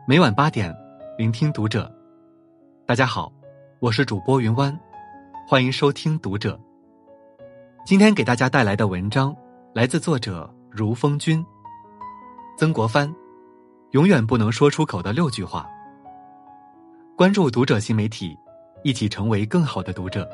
每晚8点，聆听读者。大家好，我是主播云湾，欢迎收听读者。今天给大家带来的文章来自作者如风君。曾国藩，永远不能说出口的6句话。关注读者新媒体，一起成为更好的读者。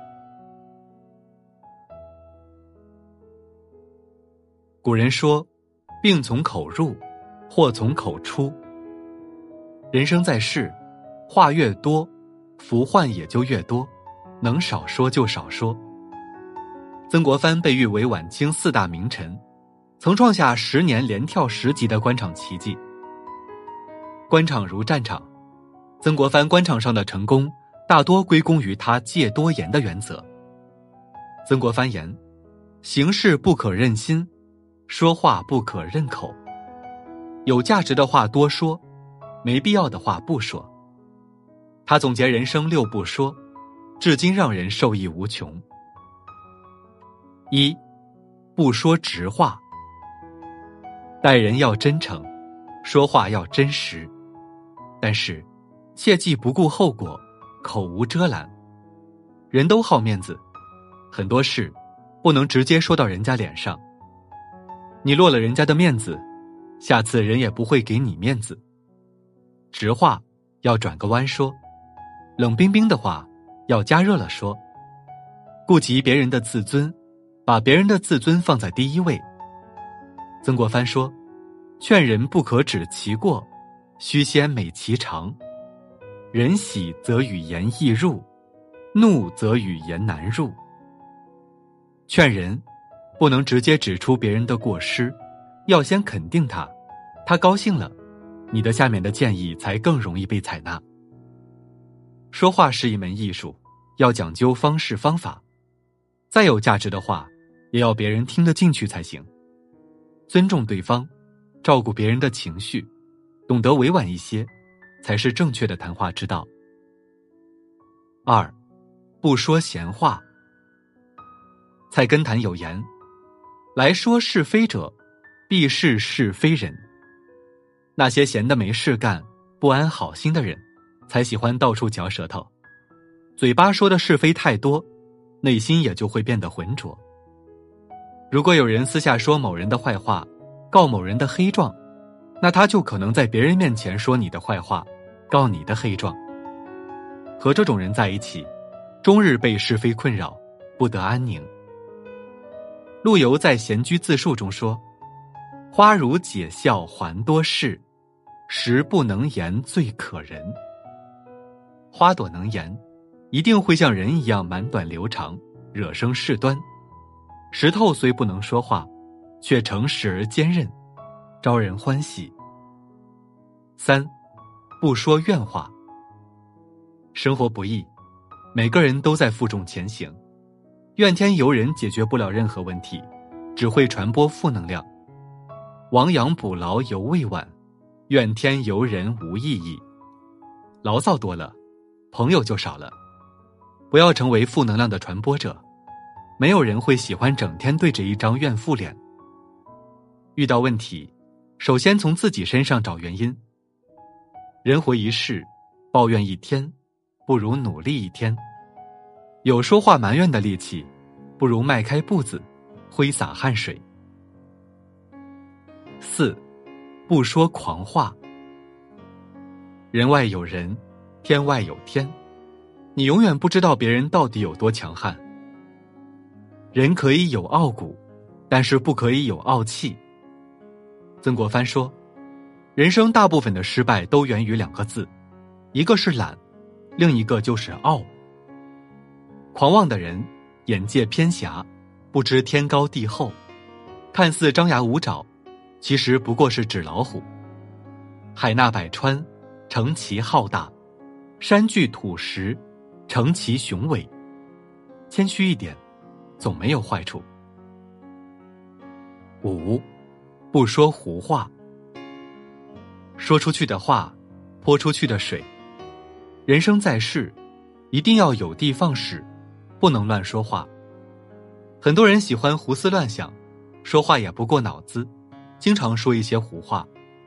古人说，病从口入，祸从口出。人生在世，话越多，福患也就越多，能少说就少说。曾国藩被誉为晚清4大名臣，曾创下10年连跳10级的官场奇迹。官场如战场，曾国藩官场上的成功大多归功于他戒多言的原则。曾国藩言，行事不可任心，说话不可任口，有价值的话多说，没必要的话不说。他总结人生6不说，至今让人受益无穷。1. 不说直话。待人要真诚，说话要真实，但是切忌不顾后果，口无遮拦。人都好面子，很多事不能直接说到人家脸上。你落了人家的面子，下次人也不会给你面子。直话要转个弯说，冷冰冰的话要加热了说。顾及别人的自尊，把别人的自尊放在第一位。曾国藩说，劝人不可指其过，须先美其长。人喜则语言易入，怒则语言难入。劝人不能直接指出别人的过失，要先肯定他，他高兴了，你的下面的建议才更容易被采纳。说话是一门艺术，要讲究方式方法，再有价值的话也要别人听得进去才行。尊重对方，照顾别人的情绪，懂得委婉一些，才是正确的谈话之道。2. 不说闲话。菜根谭有言，来说是非者，必是是非人。那些闲得没事干，不安好心的人，才喜欢到处嚼舌头，嘴巴说的是非太多，内心也就会变得浑浊。如果有人私下说某人的坏话，告某人的黑状，那他就可能在别人面前说你的坏话，告你的黑状。和这种人在一起，终日被是非困扰，不得安宁。陆游在《闲居自述》中说，花如解笑还多事，时不能言最可人。花朵能言，一定会像人一样满短流长，惹生事端。石头虽不能说话，却诚实而坚韧，招人欢喜。3. 不说怨话。生活不易，每个人都在负重前行，怨天尤人解决不了任何问题，只会传播负能量。亡羊补牢犹未晚，怨天尤人无意义。牢骚多了，朋友就少了。不要成为负能量的传播者，没有人会喜欢整天对着一张怨妇脸。遇到问题，首先从自己身上找原因。人活一世，抱怨一天，不如努力一天。有说话埋怨的力气，不如迈开步子，挥洒汗水。4. 不说狂话。人外有人，天外有天，你永远不知道别人到底有多强悍。人可以有傲骨，但是不可以有傲气。曾国藩说，人生大部分的失败都源于2个字，一个是懒，另一个就是傲。狂妄的人眼界偏狭，不知天高地厚，看似张牙舞爪，其实不过是纸老虎。海纳百川，成其浩大；山具土石，成其雄伟。谦虚一点，总没有坏处。5. 不说胡话。说出去的话，泼出去的水。人生在世，一定要有的放矢，不能乱说话。很多人喜欢胡思乱想，说话也不过脑子，经常说一些胡话。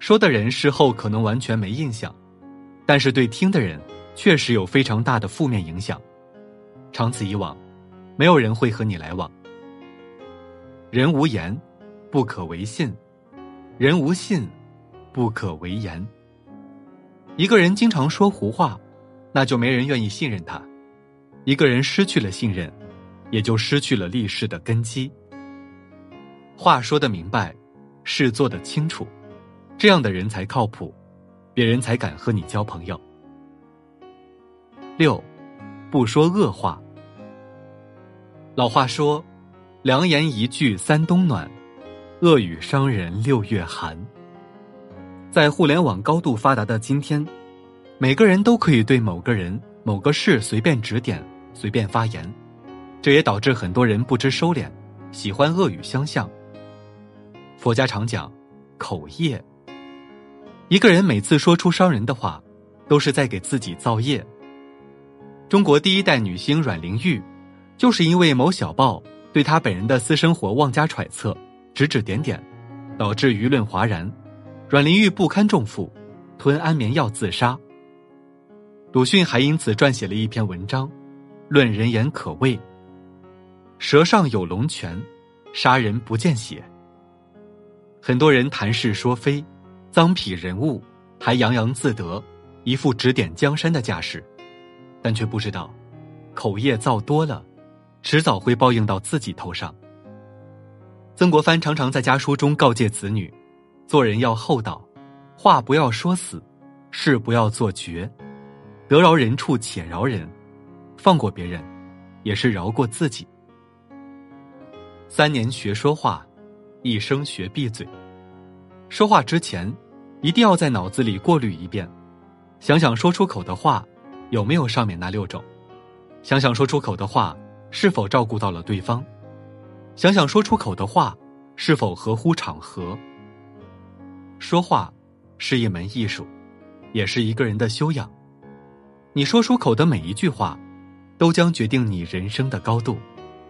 说的人事后可能完全没印象，但是对听的人确实有非常大的负面影响。长此以往，没有人会和你来往。人无言，不可为信；人无信，不可为言。一个人经常说胡话，那就没人愿意信任他。一个人失去了信任，也就失去了立世的根基。话说得明白，事做得清楚，这样的人才靠谱，别人才敢和你交朋友。6. 不说恶话。老话说，良言一句三冬暖，恶语伤人6月寒。在互联网高度发达的今天，每个人都可以对某个人、某个事随便指点、随便发言，这也导致很多人不知收敛，喜欢恶语相向。佛家常讲口业，一个人每次说出伤人的话，都是在给自己造业。中国第一代女星阮玲玉，就是因为某小报对她本人的私生活妄加揣测、指指点点，导致舆论哗然，阮玲玉不堪重负，吞安眠药自杀。鲁迅还因此撰写了一篇文章，论人言可畏。舌上有龙泉，杀人不见血。很多人谈是说非，脏痞人物，还洋洋自得，一副指点江山的架势，但却不知道口业造多了，迟早会报应到自己头上。曾国藩常常在家书中告诫子女，做人要厚道，话不要说死，事不要做绝，得饶人处且饶人，放过别人也是饶过自己。3年学说话，一生学闭嘴。说话之前，一定要在脑子里过滤一遍，想想说出口的话有没有上面那6种，想想说出口的话是否照顾到了对方，想想说出口的话是否合乎场合。说话是一门艺术，也是一个人的修养。你说出口的每一句话，都将决定你人生的高度。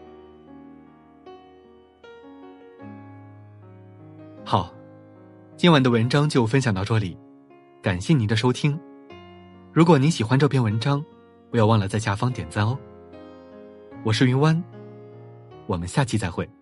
好，今晚的文章就分享到这里，感谢您的收听。如果您喜欢这篇文章，不要忘了在下方点赞哦。我是云湾，我们下期再会。